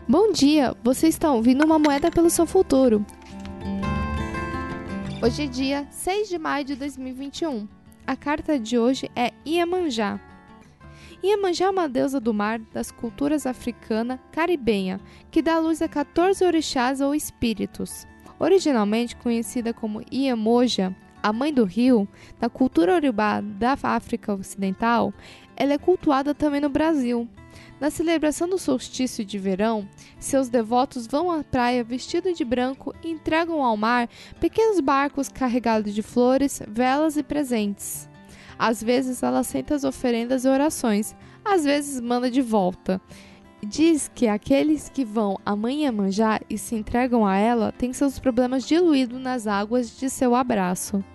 Bom dia, você está ouvindo Uma Moeda pelo Seu Futuro. Hoje é dia 6 de maio de 2021. A carta de hoje é Iemanjá. Iemanjá é uma deusa do mar das culturas africana caribenha, que dá luz a 14 orixás ou espíritos. Originalmente conhecida como Iemoja, a mãe do rio, na cultura urubá da África Ocidental, ela é cultuada também no Brasil. Na celebração do solstício de verão, seus devotos vão à praia vestidos de branco e entregam ao mar pequenos barcos carregados de flores, velas e presentes. Às vezes ela aceita as oferendas e orações, às vezes manda de volta. Diz que aqueles que vão à mãe Iemanjá e se entregam a ela têm seus problemas diluídos nas águas de seu abraço.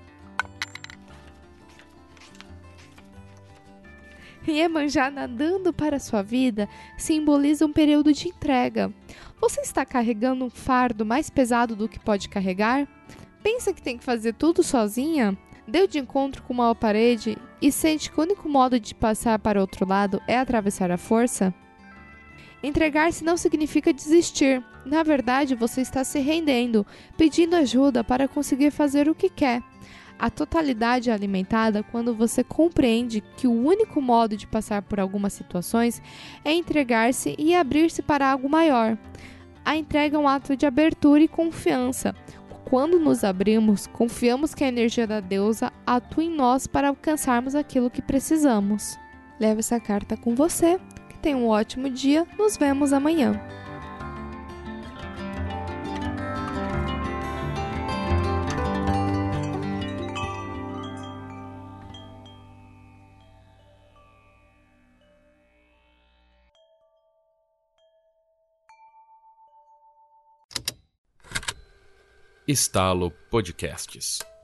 Iemanjá nadando para sua vida simboliza um período de entrega. Você está carregando um fardo mais pesado do que pode carregar? Pensa que tem que fazer tudo sozinha? Deu de encontro com uma parede e sente que o único modo de passar para outro lado é atravessar a força? Entregar-se não significa desistir. Na verdade, você está se rendendo, pedindo ajuda para conseguir fazer o que quer. A totalidade é alimentada quando você compreende que o único modo de passar por algumas situações é entregar-se e abrir-se para algo maior. A entrega é um ato de abertura e confiança. Quando nos abrimos, confiamos que a energia da deusa atua em nós para alcançarmos aquilo que precisamos. Leve essa carta com você. Que tenha um ótimo dia. Nos vemos amanhã. Estalo Podcasts.